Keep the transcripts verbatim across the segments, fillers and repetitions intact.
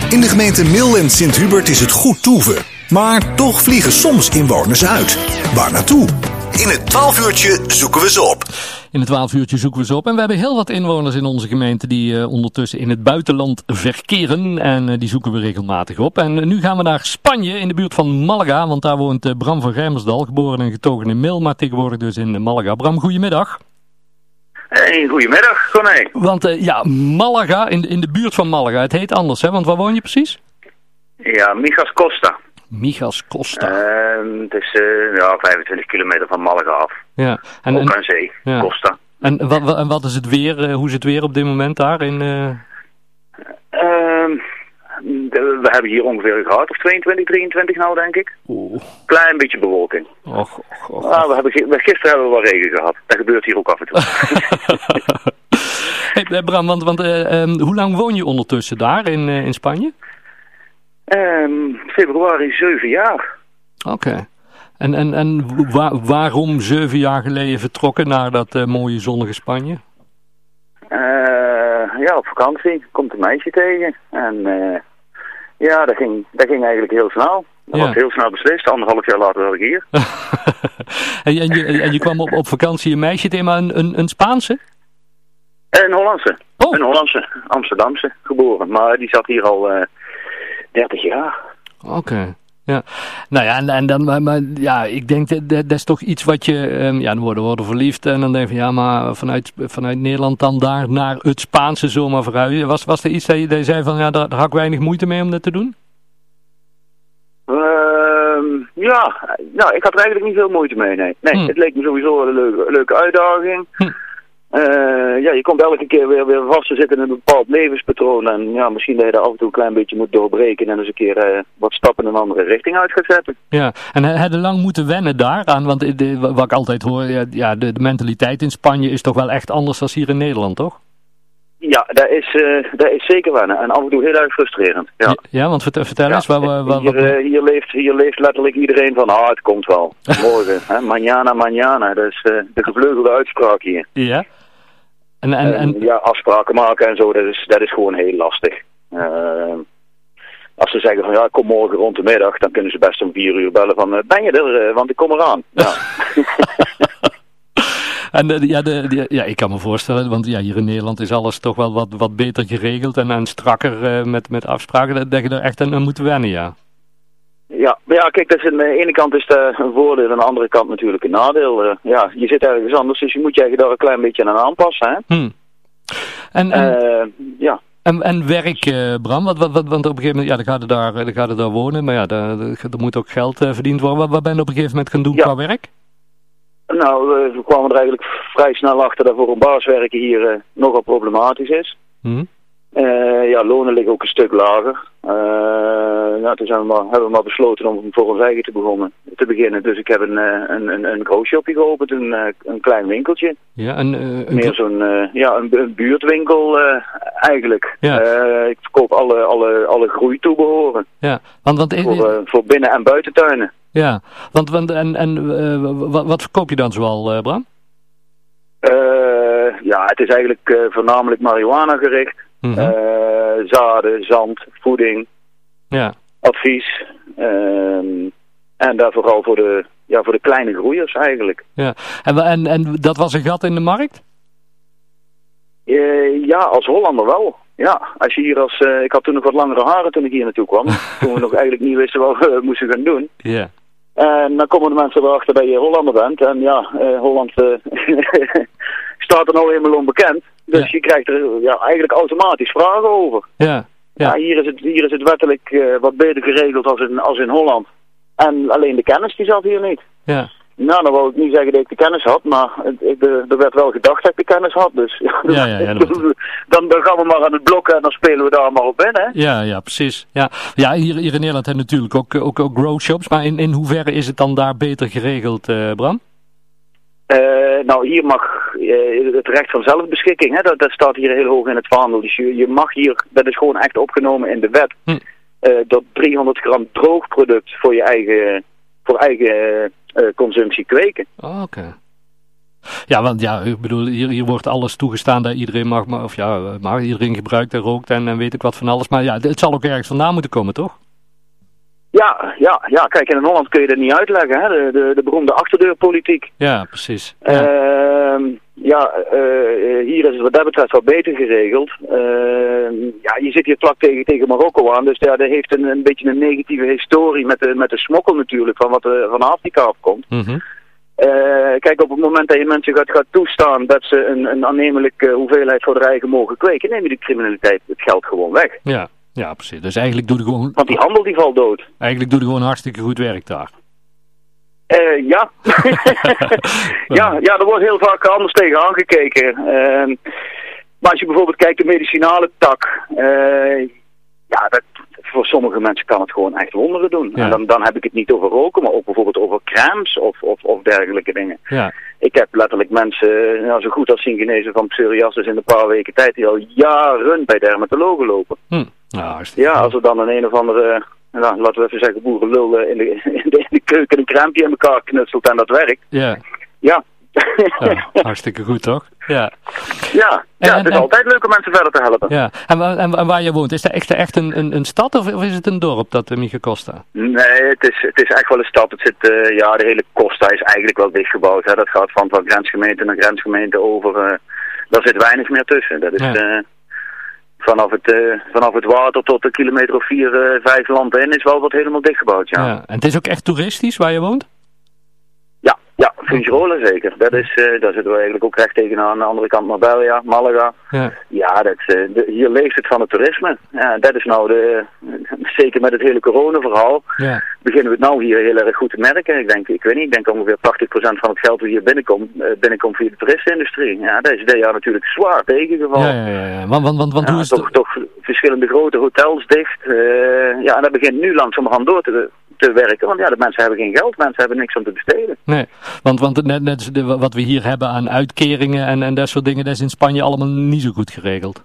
In de gemeente Mil en Sint-Hubert is het goed toeven. Maar toch vliegen soms inwoners uit. Waar naartoe? In het twaalf uurtje zoeken we ze op. In het twaalf uurtje zoeken we ze op. En we hebben heel wat inwoners in onze gemeente die uh, ondertussen in het buitenland verkeren. En uh, die zoeken we regelmatig op. En uh, nu gaan we naar Spanje, in de buurt van Malaga. Want daar woont uh, Bram van Rijmersdal, geboren en getogen in Mil, maar tegenwoordig dus in uh, Malaga. Bram, goedemiddag. Hey, goedemiddag, Corné. Want uh, ja, Malaga, in de, in de buurt van Malaga. Het heet anders, hè? Want waar woon je precies? Ja, Mijas Costa. Mijas Costa. Uh, het is uh, ja, vijfentwintig kilometer van Malaga af. Ja. En, Ook en, aan zee, ja. Costa. En wat, wat, en wat is het weer? Uh, hoe is het weer op dit moment daar? In, uh... uh, de, we hebben hier ongeveer een graad of tweeëntwintig, drieëntwintig nou, denk ik. Oeh. Klein beetje bewolking. Och, och, och. Ah, we hebben, gisteren hebben we wel regen gehad. Dat gebeurt hier ook af en toe. Hey, Bram, want, want uh, um, hoe lang woon je ondertussen daar in, uh, in Spanje? Um, februari zeven jaar. Oké. Okay. En, en, en wa- waarom zeven jaar geleden vertrokken naar dat uh, mooie zonnige Spanje? Uh, ja, op vakantie. Komt een meisje tegen. En uh, ja, dat ging, dat ging eigenlijk heel snel. Dat ja. was heel snel beslist. Anderhalf jaar later was ik hier. en, en, je, en je kwam op, op vakantie een meisje tegen, maar een, een, een Spaanse? Een Hollandse. Oh. Een Hollandse. Amsterdamse geboren. Maar die zat hier al uh, dertig jaar. Oké. Okay. Ja, nou ja, en, en dan, maar, maar ja, ik denk dat, dat, dat is toch iets wat je, um, ja, dan worden worden verliefd en dan denk je van ja, maar vanuit, vanuit Nederland dan daar naar het Spaanse zomaar verhuizen. Was, was er iets dat je, dat je zei van ja, daar, daar had ik weinig moeite mee om dat te doen? Uh, ja, nou, ik had er eigenlijk niet veel moeite mee, nee. Nee, hm. Het leek me sowieso een leuke, leuke uitdaging. Hm. Uh, ja, je komt elke keer weer, weer vast te zitten in een bepaald levenspatroon. En ja, misschien dat je daar af en toe een klein beetje moet doorbreken en eens een keer uh, wat stappen in een andere richting uit gaat zetten. Ja, en heb je lang moeten wennen daaraan? Want de, wat ik altijd hoor, ja, de, de mentaliteit in Spanje is toch wel echt anders dan hier in Nederland, toch? Ja, dat is, uh, dat is zeker wennen. En af en toe heel erg frustrerend. Ja, ja, ja want vertel, vertel ja, eens. Wat, wat, wat, hier, uh, hier, leeft, hier leeft letterlijk iedereen van, ah, het komt wel. Morgen, hè, mañana, mañana. Dat is uh, de gevleugelde uitspraak hier. Ja. En, en, en... Ja, afspraken maken en zo, dat is, dat is gewoon heel lastig. Uh, als ze zeggen van ja, kom morgen rond de middag, dan kunnen ze best om vier uur bellen van, uh, ben je er, uh, want ik kom eraan. Ja. En de, ja, de, de, ja, ik kan me voorstellen, want ja, hier in Nederland is alles toch wel wat, wat beter geregeld en, en strakker uh, met, met afspraken, dat, dat je er echt aan, aan moet wennen, ja. Ja, maar ja, kijk, dat is aan de ene kant is het een voordeel en aan de andere kant natuurlijk een nadeel. Uh, ja, je zit ergens anders, dus je moet je eigenlijk daar een klein beetje aan aanpassen, hè. Hmm. En, en, uh, ja. en, en werk, uh, Bram, want, wat, wat, want op een gegeven moment, ja, dan gaat het daar, dan gaat het daar wonen, maar ja, daar, er moet ook geld uh, verdiend worden. Wat, wat ben je op een gegeven moment gaan doen ja. qua werk? Nou, uh, we kwamen er eigenlijk vrij snel achter dat voor een baas werken hier uh, nogal problematisch is. Hmm. Uh, ja, lonen liggen ook een stuk lager. Uh, nou, toen zijn we maar, hebben we maar besloten om voor ons eigen te, begonnen, te beginnen. Dus ik heb een, uh, een, een, een grootshopje geopend, een, uh, een klein winkeltje. Ja, een, uh, een... Meer zo'n uh, ja, een, een buurtwinkel uh, eigenlijk. Ja. Uh, ik verkoop alle, alle, alle groeitoebehoren. Ja, want, want, voor, uh, voor binnen- en buitentuinen. Ja, want, want en, en uh, wat, wat verkoop je dan zoal, uh, Bram? Uh, ja, het is eigenlijk uh, voornamelijk marihuana gericht. Mm-hmm. Uh, zaden, zand, voeding, ja. advies. Uh, en daar vooral voor de, ja, voor de kleine groeiers eigenlijk. Ja. En, en, en dat was een gat in de markt? Uh, ja, als Hollander wel. Ja, als je hier als, uh, ik had toen nog wat langere haren toen ik hier naartoe kwam. Toen we nog eigenlijk niet wisten wat we moesten gaan doen. Ja. Yeah. En dan komen de mensen erachter dat je Hollander bent. En ja, uh, Holland uh, staat er nou eenmaal onbekend. Dus ja. Je krijgt er ja, eigenlijk automatisch vragen over. Ja. Ja. Ja, hier, is het, hier is het wettelijk uh, wat beter geregeld als in, als in Holland. En alleen de kennis die zat hier niet. Ja. Nou, dan wou ik niet zeggen dat ik de kennis had, maar ik, de, er werd wel gedacht dat ik de kennis had. Dus ja, ja, ja, dan, dan gaan we maar aan het blokken en dan spelen we daar maar op in, hè? Ja, ja, precies. Ja, ja hier, hier in Nederland hebben natuurlijk ook, ook, ook growshops, maar in, in hoeverre is het dan daar beter geregeld, uh, Bram? Uh, nou, hier mag uh, het recht van zelfbeschikking, hè, dat, dat staat hier heel hoog in het vaandel. Dus je, je mag hier, dat is gewoon echt opgenomen in de wet, hm. uh, dat driehonderd gram droogproduct voor je eigen, voor eigen uh, consumptie kweken. Oh, oké. Okay. Ja, want ja, ik bedoel, hier, hier wordt alles toegestaan dat iedereen mag, of ja, mag, iedereen gebruikt en rookt en, en weet ik wat van alles. Maar ja, het zal ook ergens vandaan moeten komen, toch? Ja, ja, ja, kijk, in Holland kun je dat niet uitleggen, hè? De, de, de beroemde achterdeurpolitiek. Ja, precies. Ja, uh, ja uh, hier is het wat dat betreft wel beter geregeld. Uh, ja, je zit hier vlak tegen, tegen Marokko aan, dus ja, dat heeft een, een beetje een negatieve historie met de, met de smokkel natuurlijk, van wat er van Afrika afkomt. Mm-hmm. Uh, kijk, op het moment dat je mensen gaat, gaat toestaan dat ze een, een aannemelijke hoeveelheid voor de eigen mogen kweken, neem je de criminaliteit het geld gewoon weg. Ja. Ja, precies. Dus eigenlijk doe je gewoon... Want die handel die valt dood. Eigenlijk doe je gewoon hartstikke goed werk daar. Uh, ja. ja. Ja, er wordt heel vaak anders tegen aangekeken. Uh, maar als je bijvoorbeeld kijkt de medicinale tak. Uh, ja, dat, voor sommige mensen kan het gewoon echt wonderen doen. Ja. En dan, dan heb ik het niet over roken, maar ook bijvoorbeeld over crèmes of, of, of dergelijke dingen. Ja. Ik heb letterlijk mensen nou, zo goed als zien genezen van psoriasis in een paar weken tijd die al jaren bij dermatologen lopen. Hm. Nou, ja, als er dan een een of andere, nou, laten we even zeggen, boerenlul in de, in de, in de keuken een crèmpje in elkaar knutselt en dat werkt. Ja. Ja. Ja, hartstikke goed toch? Ja. Ja, ja, het is en, altijd leuk om mensen verder te helpen. Ja. En, en, en waar je woont, is dat echt, echt een, een, een stad of, of is het een dorp, dat Miche Costa? Nee, het is, het is echt wel een stad. Het zit, uh, ja, de hele Costa is eigenlijk wel dichtgebouwd. Hè. Dat gaat van, van grensgemeente naar grensgemeente over. Uh, daar zit weinig meer tussen. Dat is ja. uh, vanaf, het, uh, vanaf het water tot een kilometer of vier, uh, vijf landen in is wel wat helemaal dichtgebouwd. Ja. Ja. En het is ook echt toeristisch waar je woont? Ja, ja, Fuengirola zeker. Dat is, uh, daar zitten we eigenlijk ook recht tegenaan. Aan de andere kant Marbella, Malaga. Ja, ja dat, uh, de, hier leeft het van het toerisme. Ja, dat is nou de, uh, zeker met het hele corona-verhaal, ja. beginnen we het nou hier heel erg goed te merken. Ik denk, ik weet niet, ik denk ongeveer tachtig procent van het geld dat hier binnenkomt, uh, binnenkomt via de toeristenindustrie. Ja, dat is dit jaar natuurlijk zwaar tegengevallen. Ja, ja, ja. Want, want, want, want ja, hoe is toch, het? toch verschillende grote hotels dicht. Uh, ja, en dat begint nu langzamerhand door te te werken, want ja, de mensen hebben geen geld, mensen hebben niks om te besteden. Nee, want, want net, net de, wat we hier hebben aan uitkeringen en, en dat soort dingen, dat is in Spanje allemaal niet zo goed geregeld.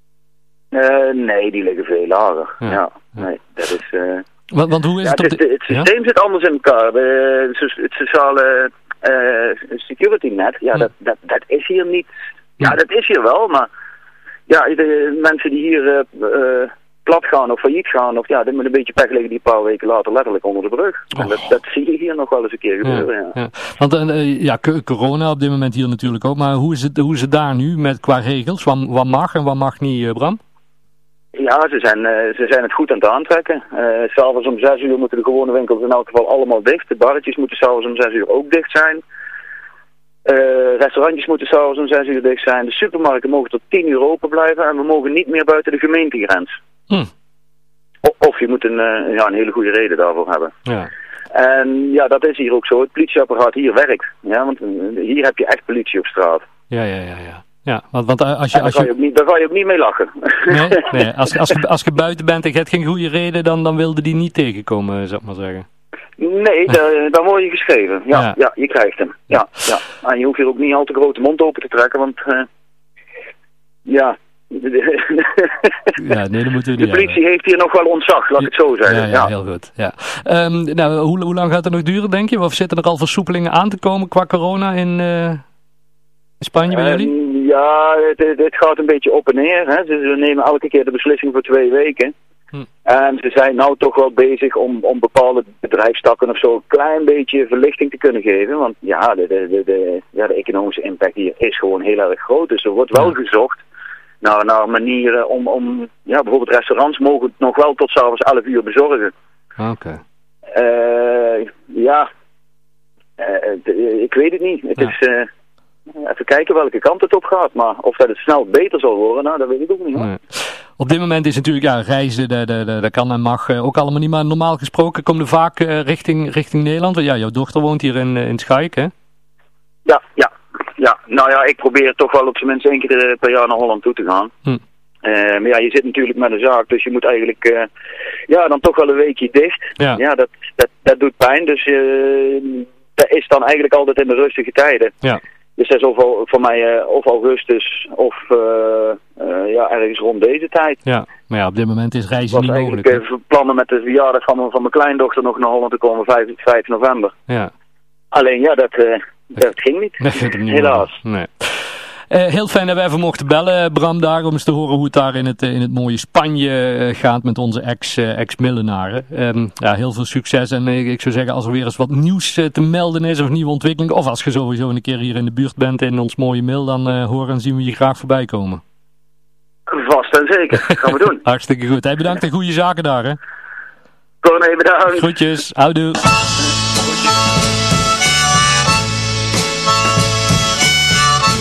Uh, nee, die liggen veel lager. Ja, ja, ja. Nee, dat is... Uh... Want, want hoe is ja, het op op de... de... Het systeem ja? zit anders in elkaar. De, het sociale uh, security net, ja, hm. dat, dat, dat is hier niet... Ja, hm. dat is hier wel, maar... Ja, de mensen die hier... Uh, uh, plat gaan of failliet gaan, of ja, dit moet een beetje pech liggen die een paar weken later letterlijk onder de brug. Oh. En dat, dat zie je hier nog wel eens een keer gebeuren, ja. ja. ja. Want uh, ja, corona op dit moment hier natuurlijk ook, maar hoe is het, hoe is het daar nu met qua regels? Wat, wat mag en wat mag niet, uh, Bram? Ja, ze zijn, uh, ze zijn het goed aan het aantrekken. Uh, s'avonds om zes uur moeten de gewone winkels in elk geval allemaal dicht. De barretjes moeten s'avonds om zes uur ook dicht zijn. Uh, restaurantjes moeten s'avonds om zes uur dicht zijn. De supermarkten mogen tot tien uur open blijven en we mogen niet meer buiten de gemeentegrens. Hm. Of je moet een, uh, ja, een hele goede reden daarvoor hebben. Ja. En ja, dat is hier ook zo. Het politieapparaat hier werkt. Ja, want uh, hier heb je echt politie op straat. Ja, ja, ja, ja. Ja, want, want als je, als je... Daar, ga je ook niet, daar ga je ook niet mee lachen. Nee, nee. Als, als, je, als je buiten bent en je hebt geen goede reden, dan, dan wilde die niet tegenkomen, zou ik maar zeggen. Nee, daar, daar word je geschreven. Ja, ja. ja, je krijgt hem. Ja, ja. En je hoeft hier ook niet al te grote mond open te trekken, want... Uh, ja... ja, nee, dat moeten we niet de politie hebben. heeft hier nog wel ontzag, laat ik het zo zeggen. Ja, ja, ja. Heel goed. Ja. Um, nou, hoe, hoe lang gaat het nog duren, denk je? Of zitten er al versoepelingen aan te komen qua corona in, uh, in Spanje bij uh, jullie? Ja, het, het gaat een beetje op en neer. Hè. Ze nemen elke keer de beslissing voor twee weken. Hm. En ze zijn nou toch wel bezig om, om bepaalde bedrijfstakken of zo een klein beetje verlichting te kunnen geven. Want ja, de, de, de, de, ja, de economische impact hier is gewoon heel erg groot. Dus er wordt wel ja. gezocht naar, naar manieren om, om, ja, bijvoorbeeld restaurants mogen het nog wel tot s'avonds elf uur bezorgen. Oké. Okay. Uh, ja, uh, ik weet het niet. Het ja. is... Uh, even kijken welke kant het op gaat. Maar of dat het snel beter zal worden, nou, dat weet ik ook niet. Nee. Op dit moment is natuurlijk, ja, reizen, dat, dat, dat kan en mag uh, ook allemaal niet. Maar normaal gesproken komen we vaak uh, richting, richting Nederland. Want ja, jouw dochter woont hier in, uh, in Schaik, hè? Ja, ja. Ja, nou ja, ik probeer toch wel op zijn minst één keer per jaar naar Holland toe te gaan. Hm. Uh, maar ja, je zit natuurlijk met een zaak, dus je moet eigenlijk, uh, ja, dan toch wel een weekje dicht. Ja, ja dat, dat, dat doet pijn. Dus uh, dat is dan eigenlijk altijd in de rustige tijden. Ja. Dus dat is of al, voor mij uh, of augustus of uh, uh, ja, ergens rond deze tijd. Ja, maar ja, op dit moment is reizen niet mogelijk. Ik was eigenlijk plannen met de verjaardag van, van mijn kleindochter nog naar Holland te komen, vijf november. Ja. Alleen ja, dat, uh, Dat ging niet. Dat gaat hem niet Helaas. Nee. Uh, heel fijn dat wij even mochten bellen, Bram, daar om eens te horen hoe het daar in het, in het mooie Spanje uh, gaat met onze ex, uh, ex-millenaren. Um, ja, heel veel succes en uh, ik zou zeggen, als er weer eens wat nieuws uh, te melden is of nieuwe ontwikkeling, of als je sowieso een keer hier in de buurt bent in ons mooie mail, dan uh, horen en zien we je graag voorbij komen. Vast en zeker, gaan we doen. Hartstikke goed. Hey, bedankt en goede zaken daar, hè. Corné, bedankt. Groetjes, houdoe.